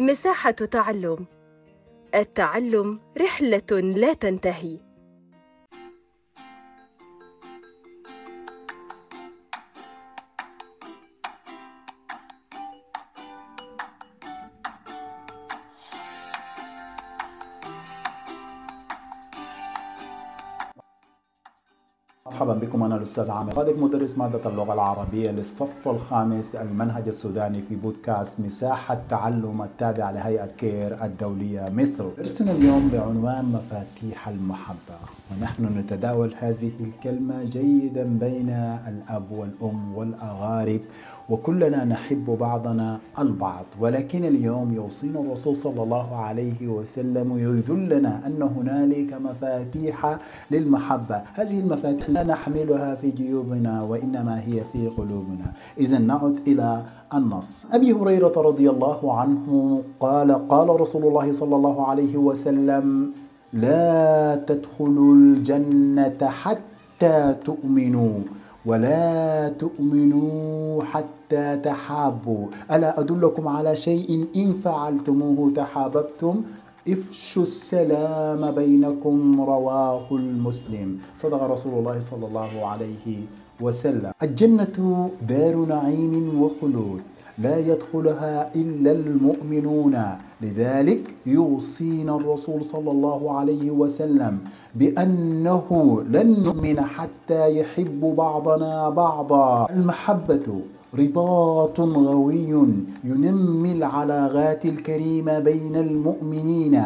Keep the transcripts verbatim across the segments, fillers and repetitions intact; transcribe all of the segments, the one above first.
مساحة تعلم. التعلم رحلة لا تنتهي. مرحبا بكم. أنا الأستاذ عامر صادق، مدرس مادة اللغة العربية للصف الخامس المنهج السوداني في بودكاست مساحة تعلم التابع لهيئة كير الدولية مصر. درسنا اليوم بعنوان مفاتيح المحبة، ونحن نتداول هذه الكلمة جيدا بين الأب والأم والأغارب، وكلنا نحب بعضنا البعض، ولكن اليوم يوصينا الرسول صلى الله عليه وسلم ويذلنا أن هنالك مفاتيح للمحبة. هذه المفاتيح لا نحملها في جيوبنا وإنما هي في قلوبنا. إذن نعد إلى النص. أبي هريرة رضي الله عنه قال قال رسول الله صلى الله عليه وسلم: لا تدخلوا الجنة حتى تؤمنوا، ولا تؤمنوا حتى تحابوا، ألا أدلكم على شيء إن فعلتموه تحاببتم؟ افشوا السلام بينكم، رواه المسلم. صدق رسول الله صلى الله عليه وسلم. الجنة دار نعيم وخلود لا يدخلها إلا المؤمنون، لذلك يوصينا الرسول صلى الله عليه وسلم بأنه لن نؤمن حتى يحب بعضنا بعضا. المحبة رباط غوي ينمي العلاقات الكريمة بين المؤمنين،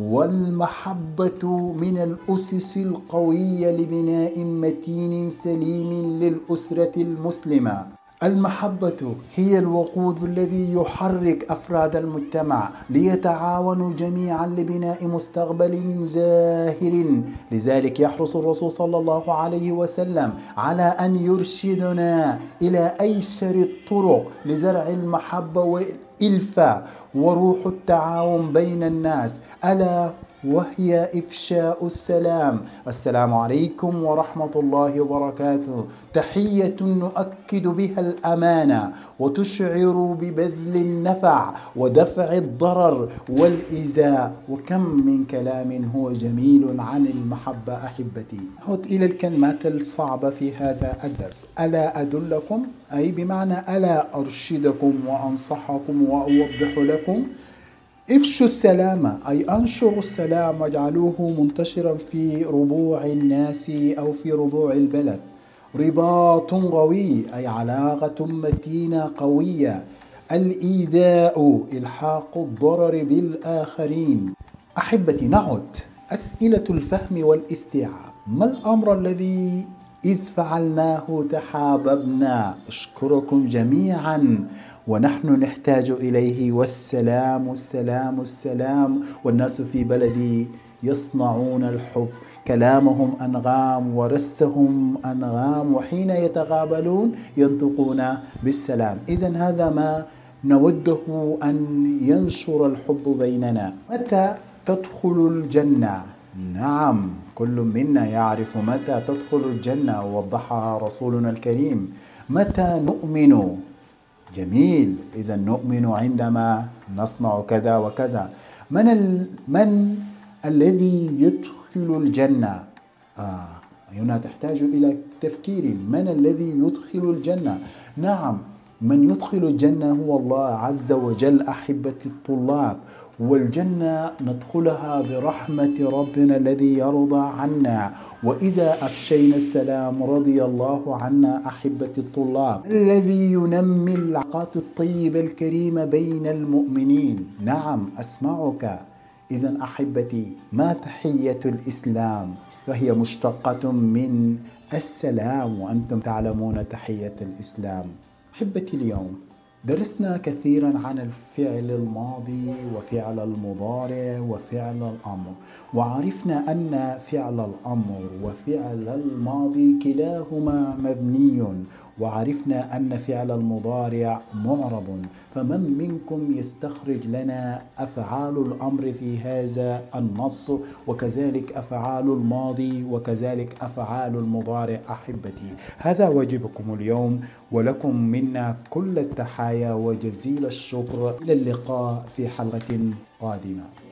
والمحبة من الأسس القوية لبناء متين سليم للأسرة المسلمة. المحبة هي الوقود الذي يحرك أفراد المجتمع ليتعاونوا جميعا لبناء مستقبل زاهر، لذلك يحرص الرسول صلى الله عليه وسلم على أن يرشدنا إلى أيسر الطرق لزرع المحبة والإلفة وروح التعاون بين الناس، ألا وهي إفشاء السلام. السلام عليكم ورحمة الله وبركاته، تحية نؤكد بها الأمانة وتشعر ببذل النفع ودفع الضرر والإيذاء. وكم من كلام هو جميل عن المحبة أحبتي. نعود إلى الكلمات الصعبة في هذا الدرس. ألا أدلكم، أي بمعنى ألا أرشدكم وأنصحكم وأوضح لكم. افشوا السلام، أي أنشروا السلام واجعلوه منتشرا في ربوع الناس أو في ربوع البلد. رباط قوي، أي علاقة متينة قوية. الإيذاء إلحاق الضرر بالآخرين. أحبتي، نعد أسئلة الفهم والاستيعاب. ما الأمر الذي إذ فعلناه تحاببنا؟ أشكركم جميعا ونحن نحتاج إليه، والسلام السلام السلام. والناس في بلدي يصنعون الحب، كلامهم أنغام ورسهم أنغام، وحين يتقابلون ينطقون بالسلام. إذن هذا ما نوده أن ينشر الحب بيننا. متى تدخل الجنة؟ نعم، كل منا يعرف متى تدخل الجنة، ووضحها رسولنا الكريم. متى نؤمن؟ جميل، إذا نؤمن عندما نصنع كذا وكذا. من ال... من الذي يدخل الجنة؟ آه هنا تحتاج إلى تفكير. من الذي يدخل الجنة؟ نعم، من يدخل الجنة هو الله عز وجل أحبة الطلاب، والجنة ندخلها برحمة ربنا الذي يرضى عنا، وإذا أفشينا السلام رضي الله عنا أحبة الطلاب. الذي ينمي العلاقات الطيبة الكريمة بين المؤمنين. نعم أسمعك. إذن أحبتي، ما تحية الإسلام؟ وهي مشتقة من السلام، وأنتم تعلمون تحية الإسلام. أحبتي، اليوم درسنا كثيرا عن الفعل الماضي وفعل المضارع وفعل الأمر، وعرفنا أن فعل الأمر وفعل الماضي كلاهما مبني، وعرفنا أن فعل المضارع معرب، فمن منكم يستخرج لنا أفعال الأمر في هذا النص، وكذلك أفعال الماضي وكذلك أفعال المضارع أحبتي. هذا واجبكم اليوم، ولكم منا كل التحايا وجزيل الشكر. إلى اللقاء في حلقة قادمة.